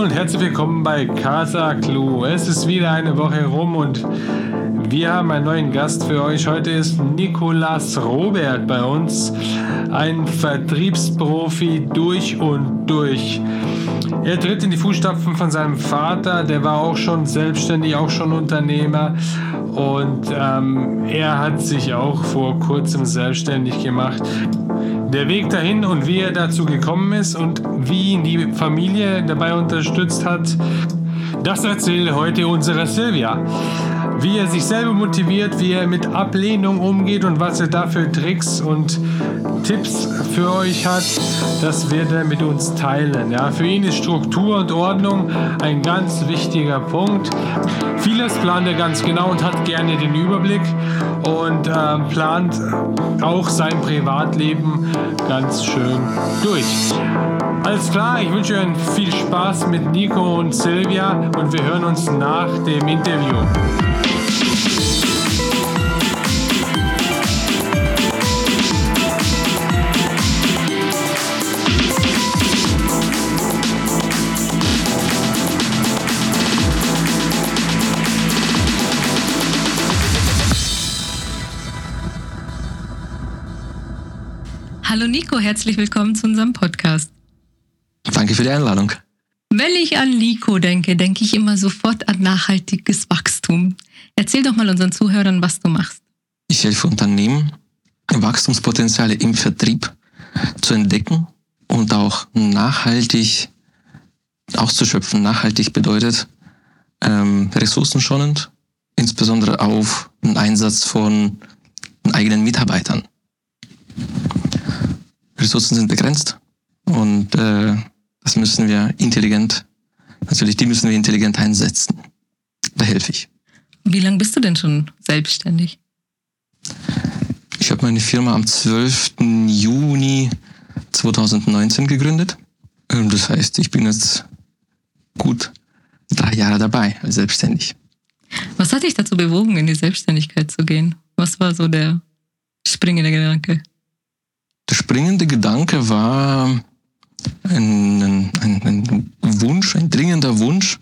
und herzlich willkommen bei Casa Clue. Es ist wieder eine Woche rum und wir haben einen neuen Gast für euch. Heute ist Nicolas Robert bei uns, ein Vertriebsprofi durch und durch. Er tritt in die Fußstapfen von seinem Vater, der war auch schon selbstständig, auch schon Unternehmer, und er hat sich auch vor kurzem selbstständig gemacht. Der Weg dahin und wie er dazu gekommen ist und wie ihn die Familie dabei unterstützt hat, das erzählt heute unsere Silvia. Wie er sich selber motiviert, wie er mit Ablehnung umgeht und was er da für Tricks und Tipps für euch hat, das wird er mit uns teilen. Ja, für ihn ist Struktur und Ordnung ein ganz wichtiger Punkt. Vieles plant er ganz genau und hat gerne den Überblick und plant auch sein Privatleben ganz schön durch. Alles klar, ich wünsche euch viel Spaß mit Nico und Silvia und wir hören uns nach dem Interview. Hallo Nico, herzlich willkommen zu unserem Podcast. Danke für die Einladung. Wenn ich an Nico denke, denke ich immer sofort an nachhaltiges Wachstum. Erzähl doch mal unseren Zuhörern, was du machst. Ich helfe Unternehmen, Wachstumspotenziale im Vertrieb zu entdecken und auch nachhaltig auszuschöpfen. Nachhaltig bedeutet ressourcenschonend, insbesondere auf den Einsatz von eigenen Mitarbeitern. Ressourcen sind begrenzt und die müssen wir intelligent einsetzen. Da helfe ich. Wie lange bist du denn schon selbstständig? Ich habe meine Firma am 12. Juni 2019 gegründet. Das heißt, ich bin jetzt gut 3 Jahre dabei als selbstständig. Was hat dich dazu bewogen, in die Selbstständigkeit zu gehen? Was war so der springende Gedanke? Der springende Gedanke war ein Wunsch, ein dringender Wunsch,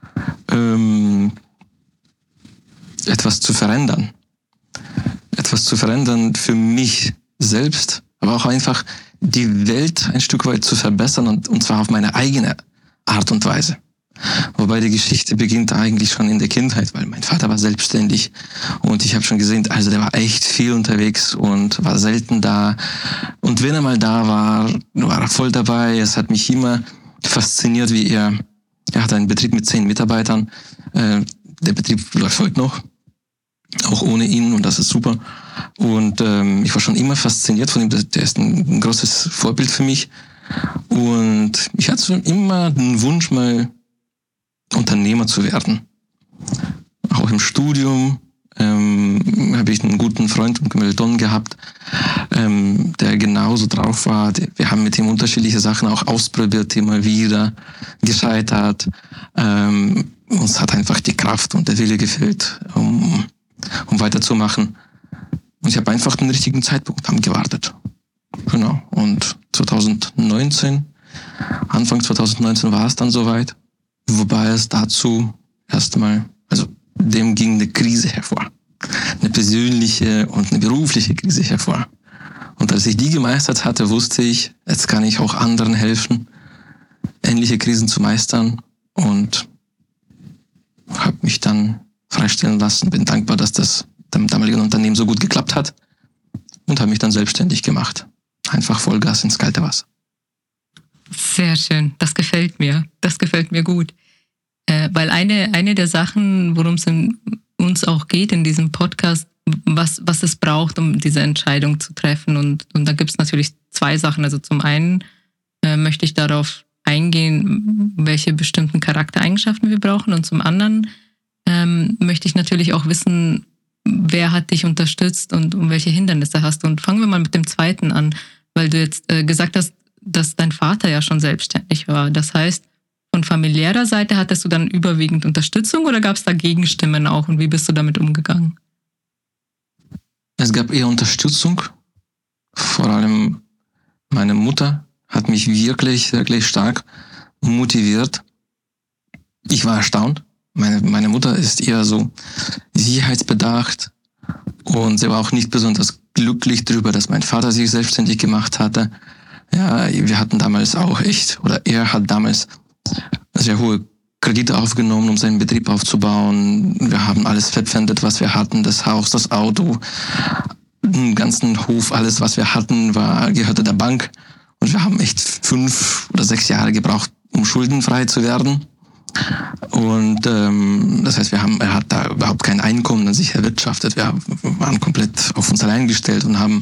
etwas zu verändern. Etwas zu verändern für mich selbst, aber auch einfach die Welt ein Stück weit zu verbessern und zwar auf meine eigene Art und Weise. Wobei die Geschichte beginnt eigentlich schon in der Kindheit, weil mein Vater war selbstständig und ich habe schon gesehen, also der war echt viel unterwegs und war selten da. Und wenn er mal da war, war er voll dabei. Es hat mich immer fasziniert, wie er hat einen Betrieb mit 10 Mitarbeitern. Der Betrieb läuft heute noch, auch ohne ihn, und das ist super. Und ich war schon immer fasziniert von ihm. Der ist ein großes Vorbild für mich. Und ich hatte schon immer den Wunsch, mal Unternehmer zu werden. Auch im Studium habe ich einen guten Freund und Kommilitonen gehabt, der genauso drauf war. Wir haben mit ihm unterschiedliche Sachen auch ausprobiert, immer wieder gescheitert. Uns hat einfach die Kraft und der Wille gefehlt, um weiterzumachen. Und ich habe einfach den richtigen Zeitpunkt gewartet. Genau. Und Anfang 2019 war es dann soweit. Wobei es dazu erstmal, dem ging eine Krise hervor. Eine persönliche und eine berufliche Krise hervor. Und als ich die gemeistert hatte, wusste ich, jetzt kann ich auch anderen helfen, ähnliche Krisen zu meistern, und habe mich dann freistellen lassen. Bin dankbar, dass das dem damaligen Unternehmen so gut geklappt hat, und habe mich dann selbstständig gemacht. Einfach Vollgas ins kalte Wasser. Sehr schön, das gefällt mir. Das gefällt mir gut. Weil eine der Sachen, worum es uns auch geht in diesem Podcast, was es braucht, um diese Entscheidung zu treffen. Und da gibt es natürlich 2 Sachen. Also zum einen möchte ich darauf eingehen, welche bestimmten Charaktereigenschaften wir brauchen. Und zum anderen möchte ich natürlich auch wissen, wer hat dich unterstützt und um welche Hindernisse hast du. Und fangen wir mal mit dem zweiten an, weil du jetzt gesagt hast, dass dein Vater ja schon selbstständig war. Das heißt, von familiärer Seite hattest du dann überwiegend Unterstützung oder gab es da Gegenstimmen auch, und wie bist du damit umgegangen? Es gab eher Unterstützung. Vor allem meine Mutter hat mich wirklich, wirklich stark motiviert, ich war erstaunt. Meine Mutter ist eher so sicherheitsbedacht und sie war auch nicht besonders glücklich darüber, dass mein Vater sich selbstständig gemacht hatte. Ja, wir hatten damals auch er hat damals sehr hohe Kredite aufgenommen, um seinen Betrieb aufzubauen. Wir haben alles verpfändet, was wir hatten, das Haus, das Auto, den ganzen Hof, alles, was wir hatten, gehörte der Bank. Und wir haben echt 5 oder 6 Jahre gebraucht, um schuldenfrei zu werden. Und das heißt, er hat da überhaupt kein Einkommen an sich erwirtschaftet. Wir waren komplett auf uns allein gestellt und waren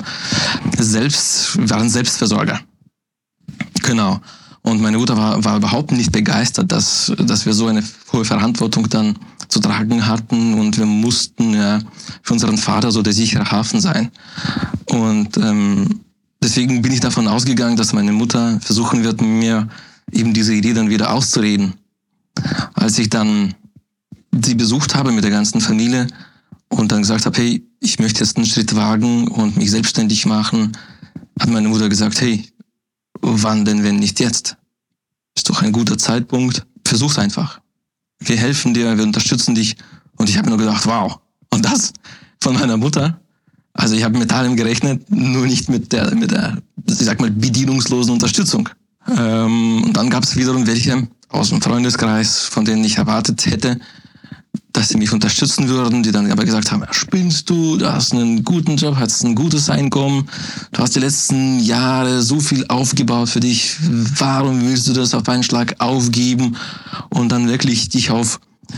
Selbstversorger. Genau. Und meine Mutter war überhaupt nicht begeistert, dass wir so eine hohe Verantwortung dann zu tragen hatten und wir mussten ja für unseren Vater so der sichere Hafen sein. Und deswegen bin ich davon ausgegangen, dass meine Mutter versuchen wird, mir eben diese Idee dann wieder auszureden. Als ich dann sie besucht habe mit der ganzen Familie und dann gesagt habe, hey, ich möchte jetzt einen Schritt wagen und mich selbstständig machen, hat meine Mutter gesagt, hey, wann denn, wenn nicht jetzt? Ist doch ein guter Zeitpunkt. Versuch's einfach. Wir helfen dir, wir unterstützen dich. Und ich habe nur gedacht, wow. Und das von meiner Mutter. Also ich habe mit allem gerechnet, nur nicht mit der, ich sag mal, bedienungslosen Unterstützung. Und dann gab es wiederum welche aus dem Freundeskreis, von denen ich erwartet hätte, dass sie mich unterstützen würden, die dann aber gesagt haben, spinnst du hast einen guten Job, hast ein gutes Einkommen, du hast die letzten Jahre so viel aufgebaut für dich, warum willst du das auf einen Schlag aufgeben und dann wirklich dich auf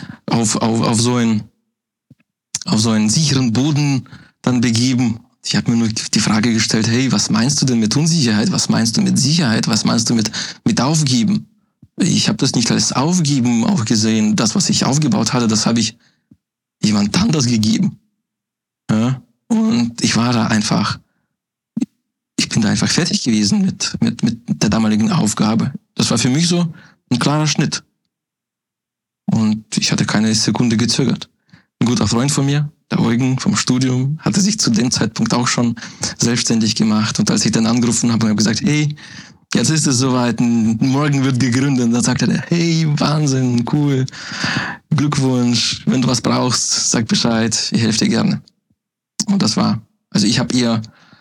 so einen sicheren Boden dann begeben? Ich habe mir nur die Frage gestellt, hey, was meinst du denn mit Unsicherheit? Was meinst du mit Sicherheit? Was meinst du mit Aufgeben? Ich habe das nicht als Aufgeben auch gesehen. Das, was ich aufgebaut hatte, das habe ich jemand anders gegeben. Ja? Und ich bin da einfach fertig gewesen mit der damaligen Aufgabe. Das war für mich so ein klarer Schnitt. Und ich hatte keine Sekunde gezögert. Ein guter Freund von mir, der Eugen vom Studium, hatte sich zu dem Zeitpunkt auch schon selbstständig gemacht. Und als ich dann angerufen habe und habe gesagt, hey, jetzt ist es soweit, morgen wird gegründet. Und dann sagte er, hey, Wahnsinn, cool, Glückwunsch, wenn du was brauchst, sag Bescheid, ich helfe dir gerne. Und das war, also ich habe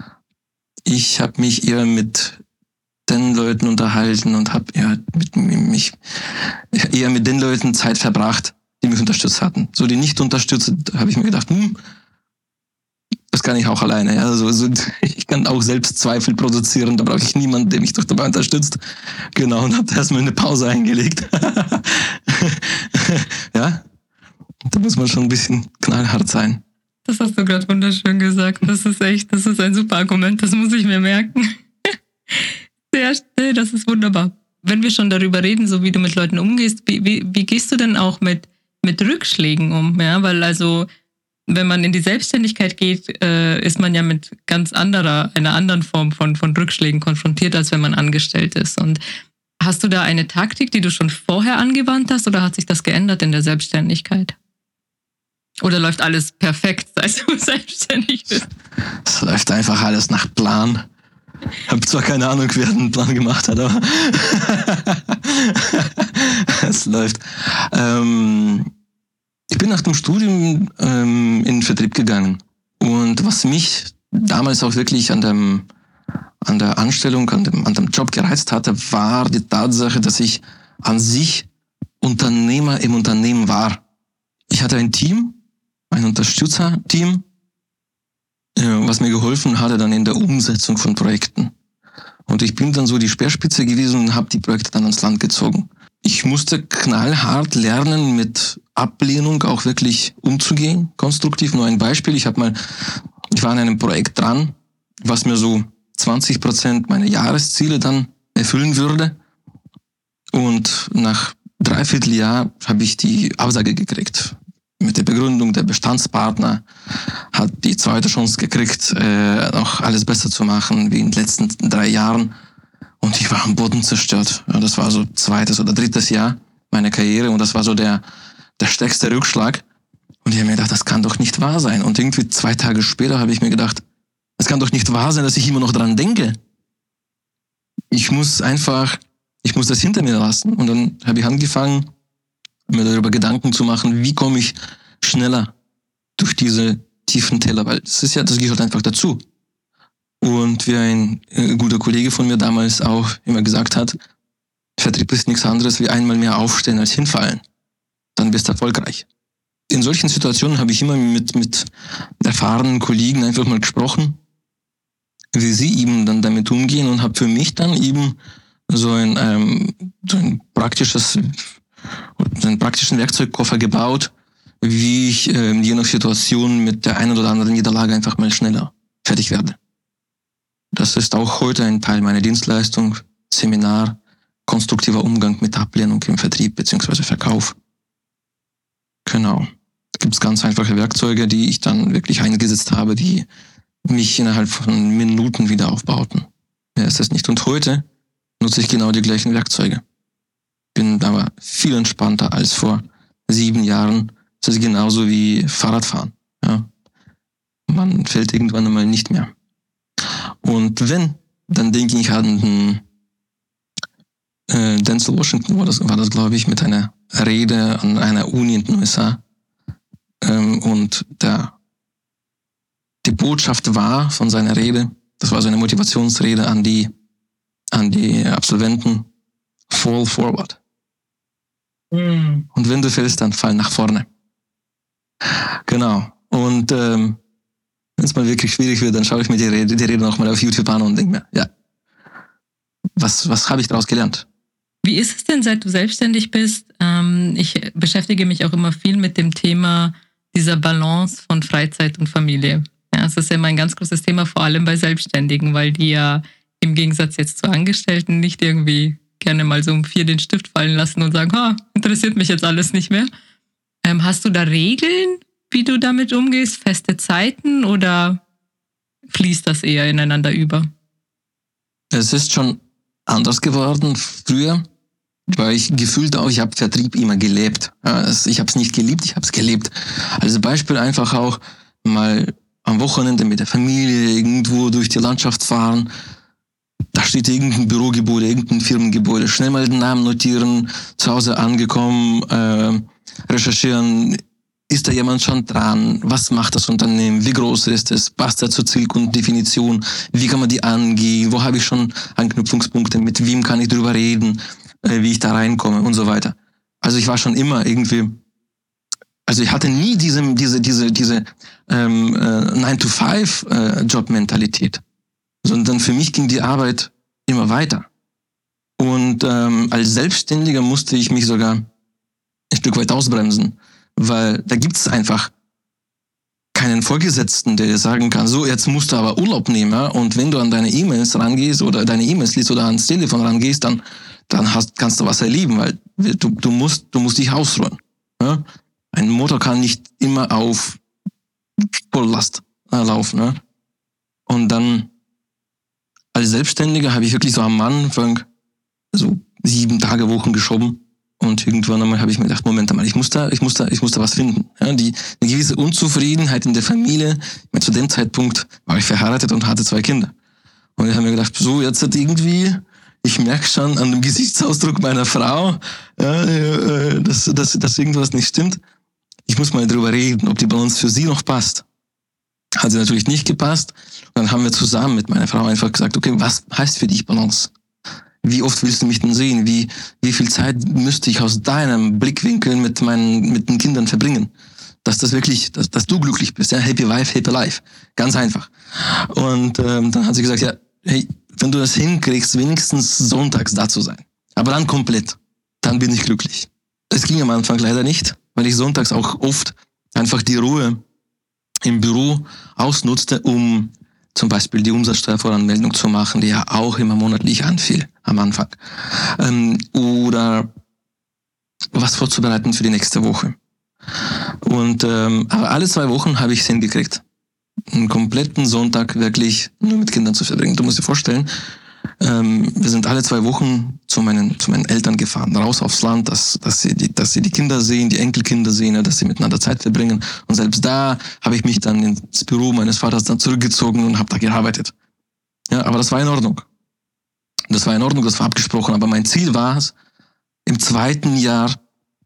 mich eher mit den Leuten unterhalten und habe mich eher mit den Leuten Zeit verbracht, die mich unterstützt hatten. So die nicht unterstützt, habe ich mir gedacht, das kann ich auch alleine. Ja? Also ich kann auch selbst Zweifel produzieren, da brauche ich niemanden, der mich doch dabei unterstützt. Genau, und habe erstmal eine Pause eingelegt. Ja, da muss man schon ein bisschen knallhart sein. Das hast du gerade wunderschön gesagt. Das ist ein super Argument, das muss ich mir merken. Das ist wunderbar. Wenn wir schon darüber reden, so wie du mit Leuten umgehst, wie gehst du denn auch mit Rückschlägen um? Ja, weil also wenn man in die Selbstständigkeit geht, ist man ja mit einer anderen Form von Rückschlägen konfrontiert, als wenn man angestellt ist. Und hast du da eine Taktik, die du schon vorher angewandt hast, oder hat sich das geändert in der Selbstständigkeit? Oder läuft alles perfekt, seit du selbstständig bist? Es läuft einfach alles nach Plan. Ich habe zwar keine Ahnung, wer den Plan gemacht hat, aber es läuft. Ich bin nach dem Studium in den Vertrieb gegangen. Und was mich damals auch wirklich an der Anstellung, an dem Job gereizt hatte, war die Tatsache, dass ich an sich Unternehmer im Unternehmen war. Ich hatte ein Team, ein Unterstützerteam, was mir geholfen hatte dann in der Umsetzung von Projekten. Und ich bin dann so die Speerspitze gewesen und habe die Projekte dann ans Land gezogen. Ich musste knallhart lernen, mit Ablehnung auch wirklich umzugehen, konstruktiv. Nur ein Beispiel, ich war an einem Projekt dran, was mir so 20% meiner Jahresziele dann erfüllen würde. Und nach 3/4 Jahr habe ich die Absage gekriegt. Mit der Begründung, der Bestandspartner hat die zweite Chance gekriegt, noch alles besser zu machen wie in den letzten 3 Jahren. Und ich war am Boden zerstört. Ja, das war so 2. oder 3. Jahr meiner Karriere und das war so der stärkste Rückschlag. Und ich habe mir gedacht, das kann doch nicht wahr sein. Und irgendwie 2 Tage später habe ich mir gedacht, es kann doch nicht wahr sein, dass ich immer noch dran denke. Ich muss das hinter mir lassen. Und dann habe ich angefangen, mir darüber Gedanken zu machen, wie komme ich schneller durch diese tiefen Täler, weil das gehört einfach dazu. Und wie ein guter Kollege von mir damals auch immer gesagt hat, Vertrieb ist nichts anderes wie einmal mehr aufstehen als hinfallen. Dann bist du erfolgreich. In solchen Situationen habe ich immer mit erfahrenen Kollegen einfach mal gesprochen, wie sie eben dann damit umgehen, und habe für mich dann eben so einen praktischen Werkzeugkoffer gebaut, wie ich je nach Situation mit der einen oder anderen Niederlage einfach mal schneller fertig werde. Das ist auch heute ein Teil meiner Dienstleistung, Seminar, konstruktiver Umgang mit Ablehnung im Vertrieb bzw. Verkauf. Genau. Da gibt es ganz einfache Werkzeuge, die ich dann wirklich eingesetzt habe, die mich innerhalb von Minuten wieder aufbauten. Mehr ist es nicht. Und heute nutze ich genau die gleichen Werkzeuge. Bin aber viel entspannter als vor 7 Jahren. Das ist genauso wie Fahrradfahren. Ja. Man fällt irgendwann einmal nicht mehr. Und wenn, dann denke ich an Denzel Washington, war das glaube ich, mit einer Rede an einer Uni in den USA. Und die Botschaft war von seiner Rede, das war so eine Motivationsrede an die Absolventen, fall forward. Und wenn du fällst, dann fall nach vorne. Genau. Und wenn es mal wirklich schwierig wird, dann schaue ich mir die Rede nochmal auf YouTube an und denke mir, ja, was habe ich daraus gelernt? Wie ist es denn, seit du selbstständig bist? Ich beschäftige mich auch immer viel mit dem Thema dieser Balance von Freizeit und Familie. Ja, es ist ja immer ein ganz großes Thema, vor allem bei Selbstständigen, weil die ja im Gegensatz jetzt zu Angestellten nicht irgendwie gerne mal so um 4 den Stift fallen lassen und sagen, interessiert mich jetzt alles nicht mehr. Hast du da Regeln, wie du damit umgehst, feste Zeiten, oder fließt das eher ineinander über? Es ist schon anders geworden. Früher war ich gefühlt auch, ich habe Vertrieb immer gelebt. Ich habe es nicht geliebt, ich habe es gelebt. Als Beispiel einfach auch mal am Wochenende mit der Familie irgendwo durch die Landschaft fahren. Da steht irgendein Bürogebäude, irgendein Firmengebäude. Schnell mal den Namen notieren, zu Hause angekommen, recherchieren. Ist da jemand schon dran? Was macht das Unternehmen? Wie groß ist es? Passt er zur Zielkundendefinition? Wie kann man die angehen? Wo habe ich schon Anknüpfungspunkte? Mit wem kann ich drüber reden? Wie ich da reinkomme und so weiter. Also ich war schon immer irgendwie, also ich hatte nie diese 9-to-5 Job-Mentalität, sondern für mich ging die Arbeit immer weiter. Und als Selbstständiger musste ich mich sogar ein Stück weit ausbremsen, weil da gibt es einfach keinen Vorgesetzten, der dir sagen kann, so, jetzt musst du aber Urlaub nehmen, ja? Und wenn du an deine E-Mails rangehst oder deine E-Mails liest oder ans Telefon rangehst, dann kannst du was erleben, weil du musst dich ausruhen. Ja? Ein Motor kann nicht immer auf Volllast laufen. Ja? Und dann als Selbstständiger habe ich wirklich so am Anfang so 7-Tage-Wochen geschoben. Und irgendwann einmal habe ich mir gedacht, Moment einmal, ich muss da was finden. Ja, eine gewisse Unzufriedenheit in der Familie. Zu dem Zeitpunkt war ich verheiratet und hatte 2 Kinder. Und ich habe mir gedacht, so, jetzt hat irgendwie, ich merke schon an dem Gesichtsausdruck meiner Frau, dass irgendwas nicht stimmt. Ich muss mal drüber reden, ob die Balance für sie noch passt. Hat sie natürlich nicht gepasst. Und dann haben wir zusammen mit meiner Frau einfach gesagt, okay, was heißt für dich Balance? Wie oft willst du mich denn sehen? Wie viel Zeit müsste ich aus deinem Blickwinkel mit den Kindern verbringen? Dass das wirklich, dass du glücklich bist. Ja? Happy Wife, Happy Life. Ganz einfach. Und dann hat sie gesagt, ja, hey, wenn du das hinkriegst, wenigstens sonntags da zu sein. Aber dann komplett. Dann bin ich glücklich. Es ging am Anfang leider nicht, weil ich sonntags auch oft einfach die Ruhe im Büro ausnutzte, um zum Beispiel die Umsatzsteuervoranmeldung zu machen, die ja auch immer monatlich anfiel am Anfang. Oder was vorzubereiten für die nächste Woche. Und aber alle 2 Wochen habe ich es hingekriegt, einen kompletten Sonntag wirklich nur mit Kindern zu verbringen. Du musst dir vorstellen, wir sind alle 2 Wochen zu meinen Eltern gefahren, raus aufs Land, dass sie die Kinder sehen, die Enkelkinder sehen, dass sie miteinander Zeit verbringen. Und selbst da habe ich mich dann ins Büro meines Vaters dann zurückgezogen und habe da gearbeitet. Ja, aber das war in Ordnung. Das war abgesprochen. Aber mein Ziel war es, im 2. Jahr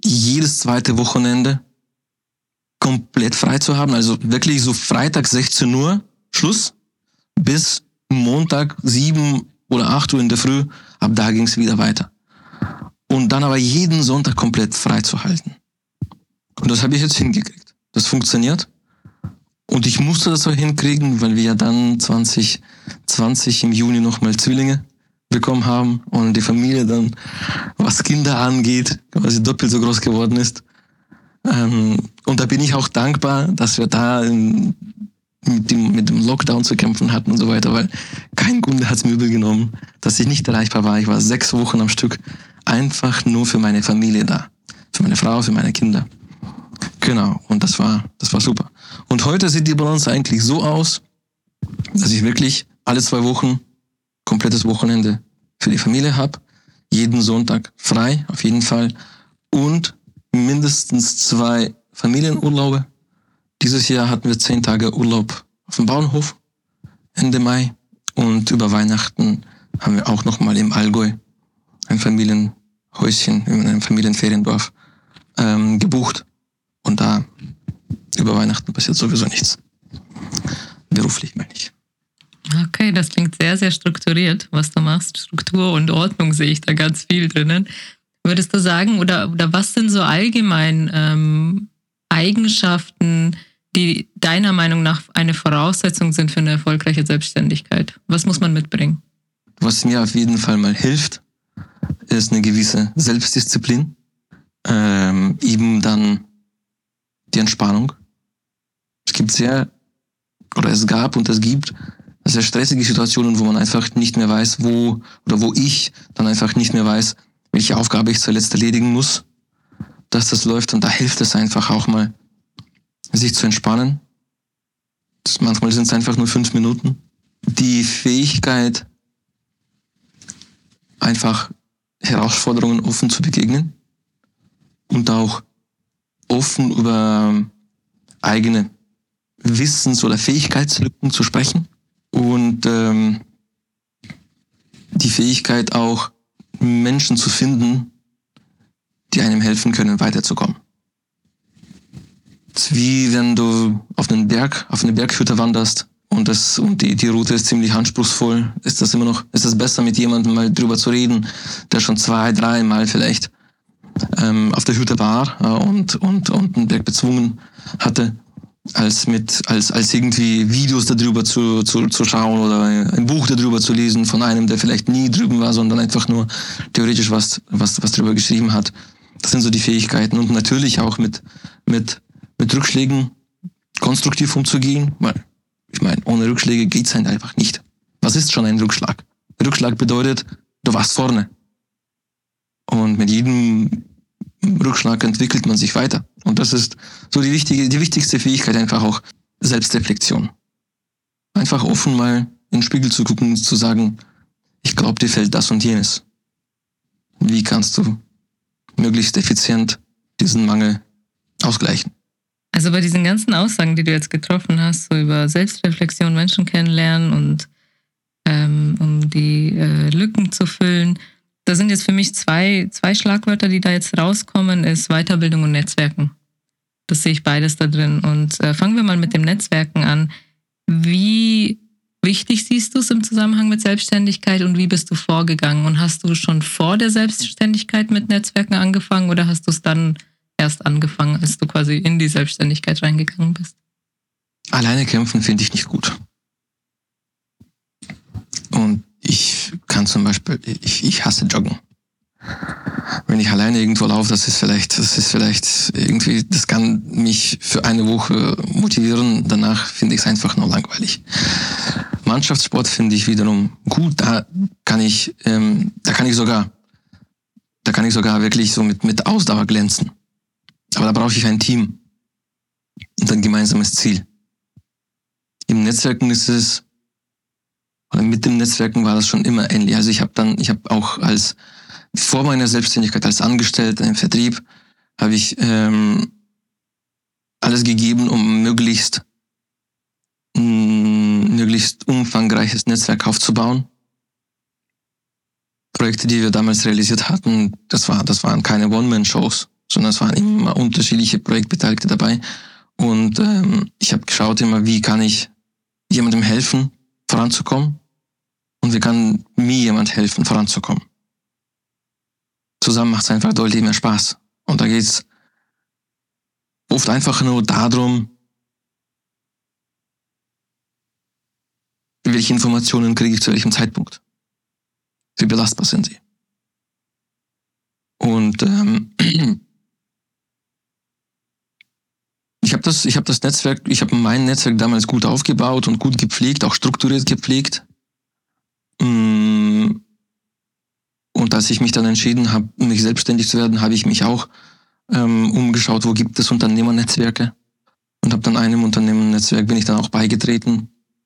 jedes zweite Wochenende komplett frei zu haben. Also wirklich so Freitag 16 Uhr, Schluss, bis Montag 7 oder 8 Uhr in der Früh. Ab da ging es wieder weiter. Und dann aber jeden Sonntag komplett frei zu halten. Und das habe ich jetzt hingekriegt. Das funktioniert. Und ich musste das auch hinkriegen, weil wir ja dann 2020 im Juni nochmal Zwillinge bekommen haben und die Familie dann, was Kinder angeht, quasi doppelt so groß geworden ist. Und da bin ich auch dankbar, dass wir da mit dem Lockdown zu kämpfen hatten und so weiter, weil kein Kunde hat es mir übel genommen, dass ich nicht erreichbar war. Ich war 6 Wochen am Stück einfach nur für meine Familie da. Für meine Frau, für meine Kinder. Genau, und das war super. Und heute sieht die Balance eigentlich so aus, dass ich wirklich alle 2 Wochen komplettes Wochenende für die Familie habe. Jeden Sonntag frei, auf jeden Fall. Und mindestens 2 Familienurlaube. Dieses Jahr hatten wir 10 Tage Urlaub auf dem Bauernhof, Ende Mai. Und über Weihnachten haben wir auch nochmal im Allgäu ein Familienhäuschen in einem Familienferiendorf gebucht. Und da über Weihnachten passiert sowieso nichts. Beruflich meine ich. Okay, das klingt sehr, sehr strukturiert, was du machst. Struktur und Ordnung sehe ich da ganz viel drinnen. Würdest du sagen, oder was sind so allgemein Eigenschaften, die deiner Meinung nach eine Voraussetzung sind für eine erfolgreiche Selbstständigkeit? Was muss man mitbringen? Was mir auf jeden Fall mal hilft, ist eine gewisse Selbstdisziplin. Eben dann die Entspannung. Es gab und es gibt sehr stressige Situationen, wo man einfach nicht mehr weiß, wo ich dann einfach nicht mehr weiß, welche Aufgabe ich zuletzt erledigen muss, dass das läuft. Und da hilft es einfach auch mal, sich zu entspannen. Manchmal sind es einfach nur 5 Minuten. Die Fähigkeit, einfach Herausforderungen offen zu begegnen und auch offen über eigene Wissens- oder Fähigkeitslücken zu sprechen und die Fähigkeit auch Menschen zu finden, die einem helfen können, weiterzukommen. Es ist wie wenn du auf eine Berghütte wanderst und die Route ist ziemlich anspruchsvoll. Ist es besser, mit jemandem mal drüber zu reden, der schon 2-3 Mal vielleicht auf der Hütte war und einen Berg bezwungen hatte, als irgendwie Videos darüber zu schauen oder ein Buch darüber zu lesen von einem, der vielleicht nie drüben war, sondern einfach nur theoretisch was drüber geschrieben hat. Das sind so die Fähigkeiten und natürlich auch mit Rückschlägen konstruktiv umzugehen, weil ich meine, ohne Rückschläge geht's halt einfach nicht. Was ist schon ein Rückschlag? Rückschlag bedeutet, du warst vorne. Und mit jedem Rückschlag entwickelt man sich weiter. Und das ist so die wichtigste Fähigkeit, einfach auch Selbstreflexion. Einfach offen mal in den Spiegel zu gucken und zu sagen, ich glaube, dir fällt das und jenes. Wie kannst du möglichst effizient diesen Mangel ausgleichen? Also bei diesen ganzen Aussagen, die du jetzt getroffen hast, so über Selbstreflexion, Menschen kennenlernen und um die Lücken zu füllen, da sind jetzt für mich zwei Schlagwörter, die da jetzt rauskommen, ist Weiterbildung und Netzwerken. Das sehe ich beides da drin. Und fangen wir mal mit dem Netzwerken an. Wie wichtig siehst du es im Zusammenhang mit Selbstständigkeit und wie bist du vorgegangen? Und hast du schon vor der Selbstständigkeit mit Netzwerken angefangen oder hast du es dann erst angefangen, als du quasi in die Selbstständigkeit reingegangen bist? Alleine kämpfen finde ich nicht gut. Und ich kann zum Beispiel, ich hasse Joggen. Wenn ich alleine irgendwo laufe, das ist vielleicht irgendwie, das kann mich für eine Woche motivieren. Danach finde ich es einfach nur langweilig. Mannschaftssport finde ich wiederum gut. Da kann ich sogar wirklich so mit Ausdauer glänzen. Aber da brauche ich ein Team und ein gemeinsames Ziel. Im Netzwerken mit dem Netzwerken war das schon immer ähnlich. Also ich habe auch vor meiner Selbstständigkeit als Angestellter im Vertrieb, habe ich alles gegeben, um möglichst umfangreiches Netzwerk aufzubauen. Projekte, die wir damals realisiert hatten, das waren keine One-Man-Shows, sondern es waren immer unterschiedliche Projektbeteiligte dabei. Und ich habe geschaut immer, wie kann ich jemandem helfen, voranzukommen und wie kann mir jemand helfen, voranzukommen. Zusammen macht es einfach deutlich mehr Spaß. Und da geht es oft einfach nur darum, welche Informationen kriege ich zu welchem Zeitpunkt. Wie belastbar sind sie. Und ich habe mein Netzwerk damals gut aufgebaut und gut gepflegt, auch strukturiert gepflegt. Und als ich mich dann entschieden habe, mich selbstständig zu werden, habe ich mich auch umgeschaut, wo gibt es Unternehmernetzwerke. Und habe dann einem Unternehmernetzwerk bin ich dann auch beigetreten.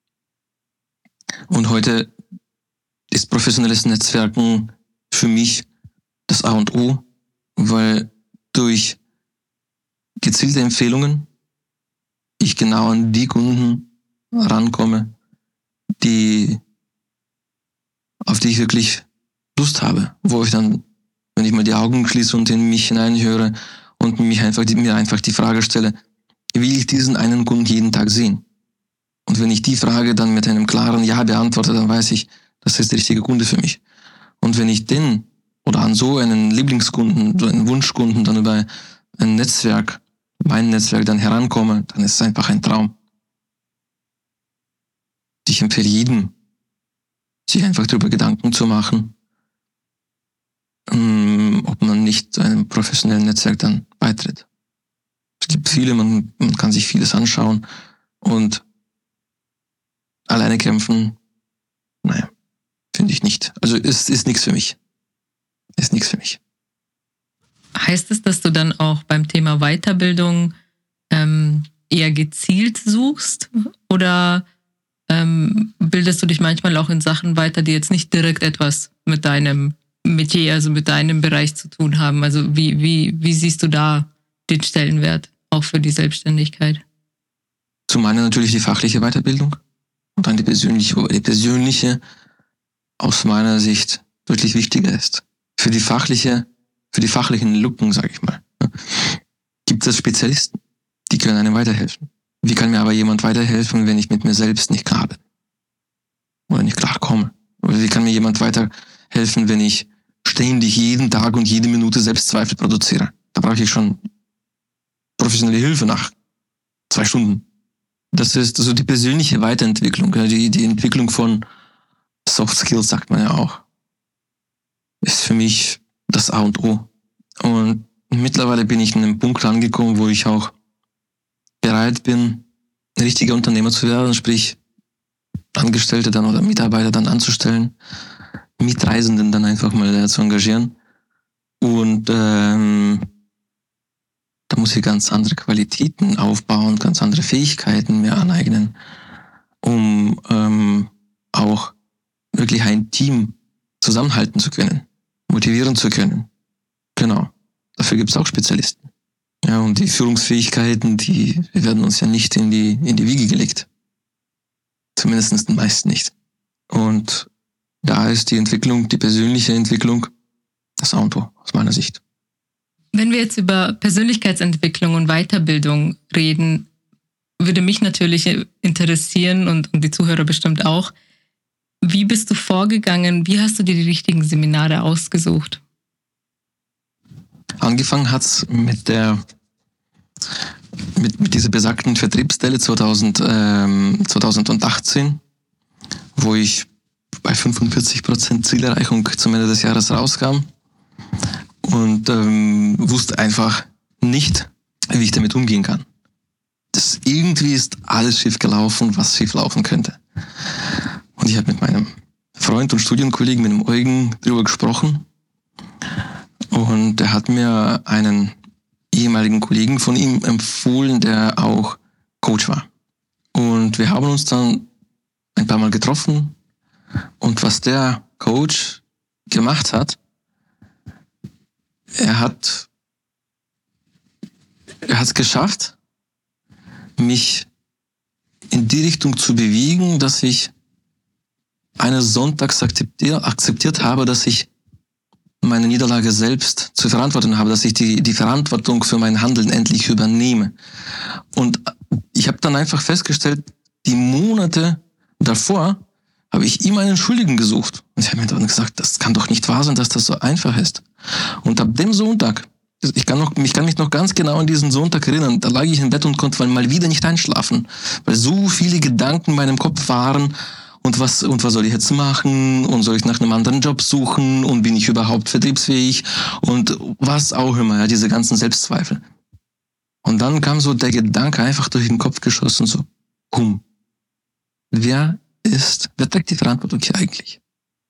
Und heute ist professionelles Netzwerken für mich das A und O, weil durch gezielte Empfehlungen ich genau an die Kunden rankomme, auf die ich wirklich Lust habe, wo ich dann, wenn ich mal die Augen schließe und in mich hineinhöre und mir einfach die Frage stelle, will ich diesen einen Kunden jeden Tag sehen? Und wenn ich die Frage dann mit einem klaren Ja beantworte, dann weiß ich, das ist der richtige Kunde für mich. Und wenn ich den oder an so einen Lieblingskunden, so einen Wunschkunden dann über ein Netzwerk, mein Netzwerk dann herankomme, dann ist es einfach ein Traum. Ich empfehle jedem, sich einfach darüber Gedanken zu machen, ob man nicht zu einem professionellen Netzwerk dann beitritt. Es gibt viele, man kann sich vieles anschauen und alleine kämpfen, naja, finde ich nicht. Also ist nichts für mich. Ist nichts für mich. Heißt es, dass du dann auch beim Thema Weiterbildung eher gezielt suchst oder bildest du dich manchmal auch in Sachen weiter, die jetzt nicht direkt etwas mit deinem Metier, also mit deinem Bereich zu tun haben? Also wie siehst du da den Stellenwert auch für die Selbstständigkeit? Zum einen natürlich die fachliche Weiterbildung und dann die persönliche aus meiner Sicht deutlich wichtiger ist. Für die fachlichen Lücken, sage ich mal, gibt es Spezialisten, die können einem weiterhelfen. Wie kann mir aber jemand weiterhelfen, wenn ich mit mir selbst nicht klar bin? Oder nicht klarkomme? Oder wie kann mir jemand weiterhelfen, wenn ich ständig jeden Tag und jede Minute Selbstzweifel produziere? Da brauche ich schon professionelle Hilfe nach 2 Stunden. Das ist so die persönliche Weiterentwicklung, die Entwicklung von Soft Skills, sagt man ja auch, ist für mich das A und O. Und mittlerweile bin ich an einem Punkt angekommen, wo ich auch bereit bin, ein richtiger Unternehmer zu werden, sprich Angestellte dann oder Mitarbeiter dann anzustellen, Mitreisenden dann einfach mal zu engagieren. Und da muss ich ganz andere Qualitäten aufbauen, ganz andere Fähigkeiten mir aneignen, um auch wirklich ein Team zusammenhalten zu können, motivieren zu können. Genau. Dafür gibt es auch Spezialisten. Ja, und die Führungsfähigkeiten, die werden uns ja nicht in die Wiege gelegt. Zumindest den meisten nicht. Und da ist die Entwicklung, die persönliche Entwicklung, das A und O aus meiner Sicht. Wenn wir jetzt über Persönlichkeitsentwicklung und Weiterbildung reden, würde mich natürlich interessieren und die Zuhörer bestimmt auch, wie bist du vorgegangen? Wie hast du dir die richtigen Seminare ausgesucht? Angefangen hat's mit dieser besagten Vertriebsstelle 2018, wo ich bei 45% Zielerreichung zum Ende des Jahres rauskam und wusste einfach nicht, wie ich damit umgehen kann. Irgendwie ist alles schief gelaufen, was schief laufen könnte. Und ich habe mit meinem Freund und Studienkollegen, mit dem Eugen, darüber gesprochen. Und er hat mir einen ehemaligen Kollegen von ihm empfohlen, der auch Coach war. Und wir haben uns dann ein paar Mal getroffen. Und was der Coach gemacht hat, er hat es geschafft, mich in die Richtung zu bewegen, dass ich eines Sonntags akzeptiert habe, dass ich meine Niederlage selbst zu verantworten habe, dass ich die Verantwortung für mein Handeln endlich übernehme. Und ich habe dann einfach festgestellt, die Monate davor habe ich immer einen Schuldigen gesucht. Und ich habe mir dann gesagt, das kann doch nicht wahr sein, dass das so einfach ist. Und ab dem Sonntag, ich kann mich noch ganz genau an diesen Sonntag erinnern, da lag ich im Bett und konnte mal wieder nicht einschlafen, weil so viele Gedanken in meinem Kopf waren. Und was soll ich jetzt machen? Und soll ich nach einem anderen Job suchen? Und bin ich überhaupt vertriebsfähig? Und was auch immer, ja, diese ganzen Selbstzweifel. Und dann kam so der Gedanke einfach durch den Kopf geschossen, so, wer trägt die Verantwortung hier eigentlich?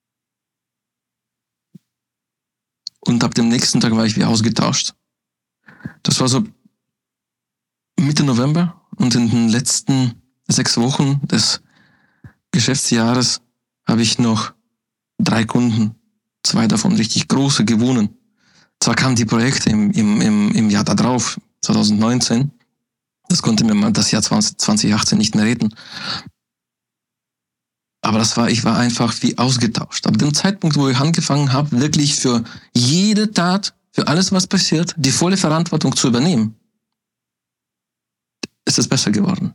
Und ab dem nächsten Tag war ich wie ausgetauscht. Das war so Mitte November und in den letzten 6 Wochen des Geschäftsjahres habe ich noch 3 Kunden, 2 davon richtig große, gewonnen. Zwar kamen die Projekte im Jahr da drauf, 2019, das konnte mir mal das Jahr 2018 nicht mehr retten. Aber ich war einfach wie ausgetauscht. Ab dem Zeitpunkt, wo ich angefangen habe, wirklich für jede Tat, für alles, was passiert, die volle Verantwortung zu übernehmen, ist es besser geworden.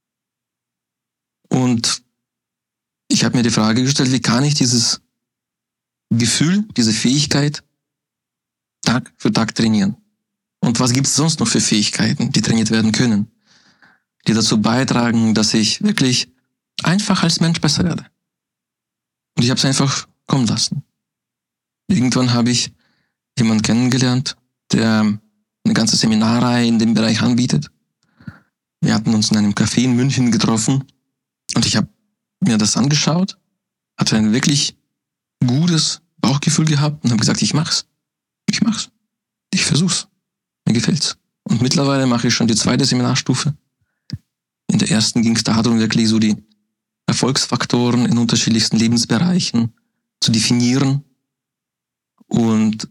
Und ich habe mir die Frage gestellt, wie kann ich dieses Gefühl, diese Fähigkeit Tag für Tag trainieren? Und was gibt es sonst noch für Fähigkeiten, die trainiert werden können, die dazu beitragen, dass ich wirklich einfach als Mensch besser werde? Und ich habe es einfach kommen lassen. Irgendwann habe ich jemanden kennengelernt, der eine ganze Seminarreihe in dem Bereich anbietet. Wir hatten uns in einem Café in München getroffen und ich habe mir das angeschaut, hatte ein wirklich gutes Bauchgefühl gehabt und habe gesagt, ich mach's, ich versuch's, mir gefällt's. Und mittlerweile mache ich schon die 2. Seminarstufe. In der ersten ging es darum, wirklich so die Erfolgsfaktoren in unterschiedlichsten Lebensbereichen zu definieren und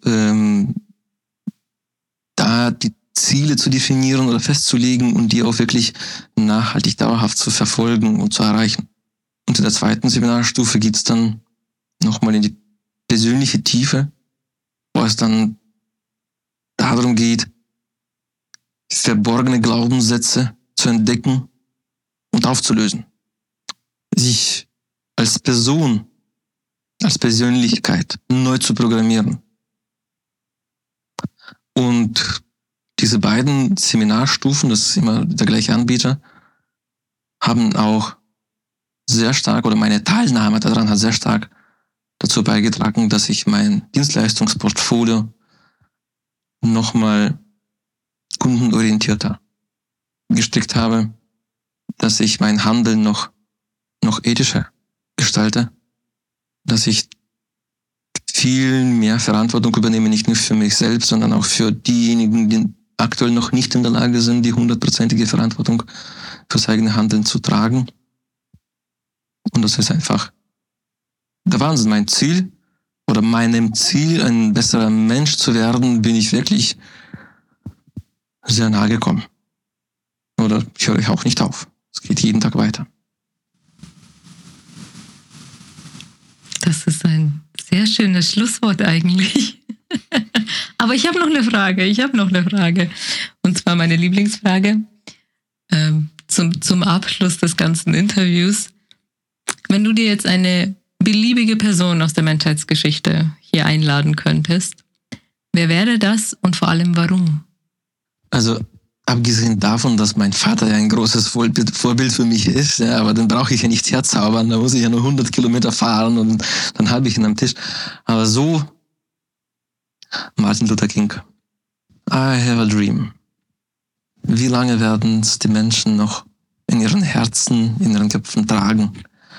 da die Ziele zu definieren oder festzulegen und die auch wirklich nachhaltig dauerhaft zu verfolgen und zu erreichen. Und in der 2. Seminarstufe geht es dann nochmal in die persönliche Tiefe, wo es dann darum geht, verborgene Glaubenssätze zu entdecken und aufzulösen. Sich als Person, als Persönlichkeit neu zu programmieren. Und diese beiden Seminarstufen, das ist immer der gleiche Anbieter, haben auch sehr stark, oder meine Teilnahme daran hat sehr stark dazu beigetragen, dass ich mein Dienstleistungsportfolio nochmal kundenorientierter gestrickt habe, dass ich mein Handeln noch ethischer gestalte, dass ich viel mehr Verantwortung übernehme, nicht nur für mich selbst, sondern auch für diejenigen, die aktuell noch nicht in der Lage sind, die 100%ige Verantwortung fürs eigene Handeln zu tragen. Und das ist einfach der Wahnsinn. Mein Ziel oder meinem Ziel, ein besserer Mensch zu werden, bin ich wirklich sehr nahe gekommen. Oder ich höre auch nicht auf. Es geht jeden Tag weiter. Das ist ein sehr schönes Schlusswort eigentlich. Aber ich habe noch eine Frage. Und zwar meine Lieblingsfrage zum Abschluss des ganzen Interviews. Wenn du dir jetzt eine beliebige Person aus der Menschheitsgeschichte hier einladen könntest, wer wäre das und vor allem warum? Also abgesehen davon, dass mein Vater ja ein großes Vorbild für mich ist, ja, aber dann brauche ich ja nicht herzaubern, da muss ich ja nur 100 Kilometer fahren und dann habe ich ihn am Tisch. Aber so, Martin Luther King, I have a dream. Wie lange werden es die Menschen noch in ihren Herzen, in ihren Köpfen tragen?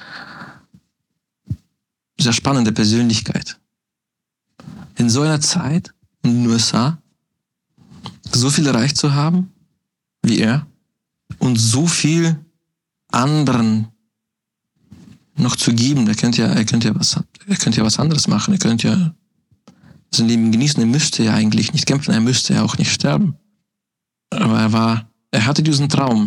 Sehr spannende Persönlichkeit. In so einer Zeit in den USA so viel erreicht zu haben, wie er, und so viel anderen noch zu geben. Er könnte ja was anderes machen. Er könnte ja sein Leben genießen. Er müsste ja eigentlich nicht kämpfen. Er müsste ja auch nicht sterben. Aber er hatte diesen Traum.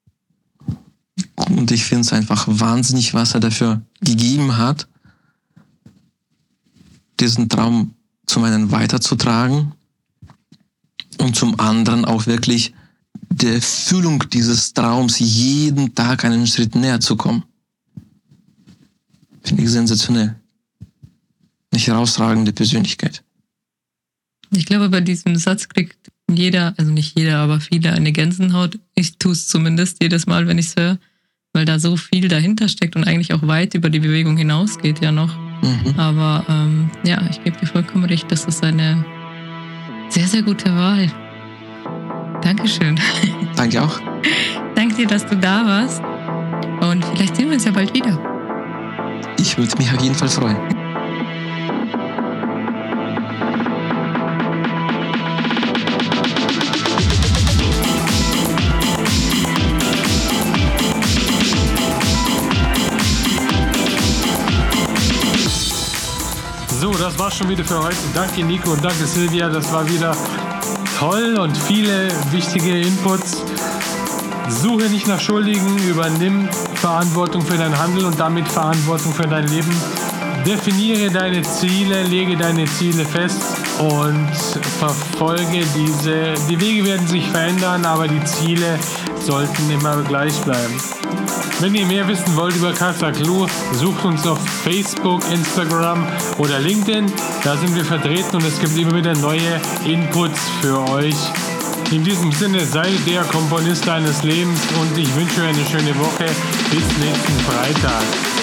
Und ich finde es einfach wahnsinnig, was er dafür gegeben hat, diesen Traum zum einen weiterzutragen und zum anderen auch wirklich der Erfüllung dieses Traums jeden Tag einen Schritt näher zu kommen. Finde ich sensationell. Eine herausragende Persönlichkeit. Ich glaube, bei diesem Satz kriegt jeder, also nicht jeder, aber viele eine Gänsehaut. Ich tue es zumindest jedes Mal, wenn ich es höre, weil da so viel dahinter steckt und eigentlich auch weit über die Bewegung hinausgeht ja noch. Aber ja, ich gebe dir vollkommen recht, das ist eine sehr, sehr gute Wahl. Dankeschön. Danke auch. Danke dir, dass du da warst. Und vielleicht sehen wir uns ja bald wieder. Ich würde mich auf jeden Fall freuen. So, das war's schon wieder für heute. Danke Nico und danke Silvia. Das war wieder toll und viele wichtige Inputs. Suche nicht nach Schuldigen, übernimm Verantwortung für dein Handeln und damit Verantwortung für dein Leben. Definiere deine Ziele, lege deine Ziele fest und verfolge diese. Die Wege werden sich verändern, aber die Ziele sollten immer gleich bleiben. Wenn ihr mehr wissen wollt über Casa Clou, sucht uns auf Facebook, Instagram oder LinkedIn. Da sind wir vertreten und es gibt immer wieder neue Inputs für euch. In diesem Sinne, sei der Komponist deines Lebens und ich wünsche euch eine schöne Woche. Bis nächsten Freitag.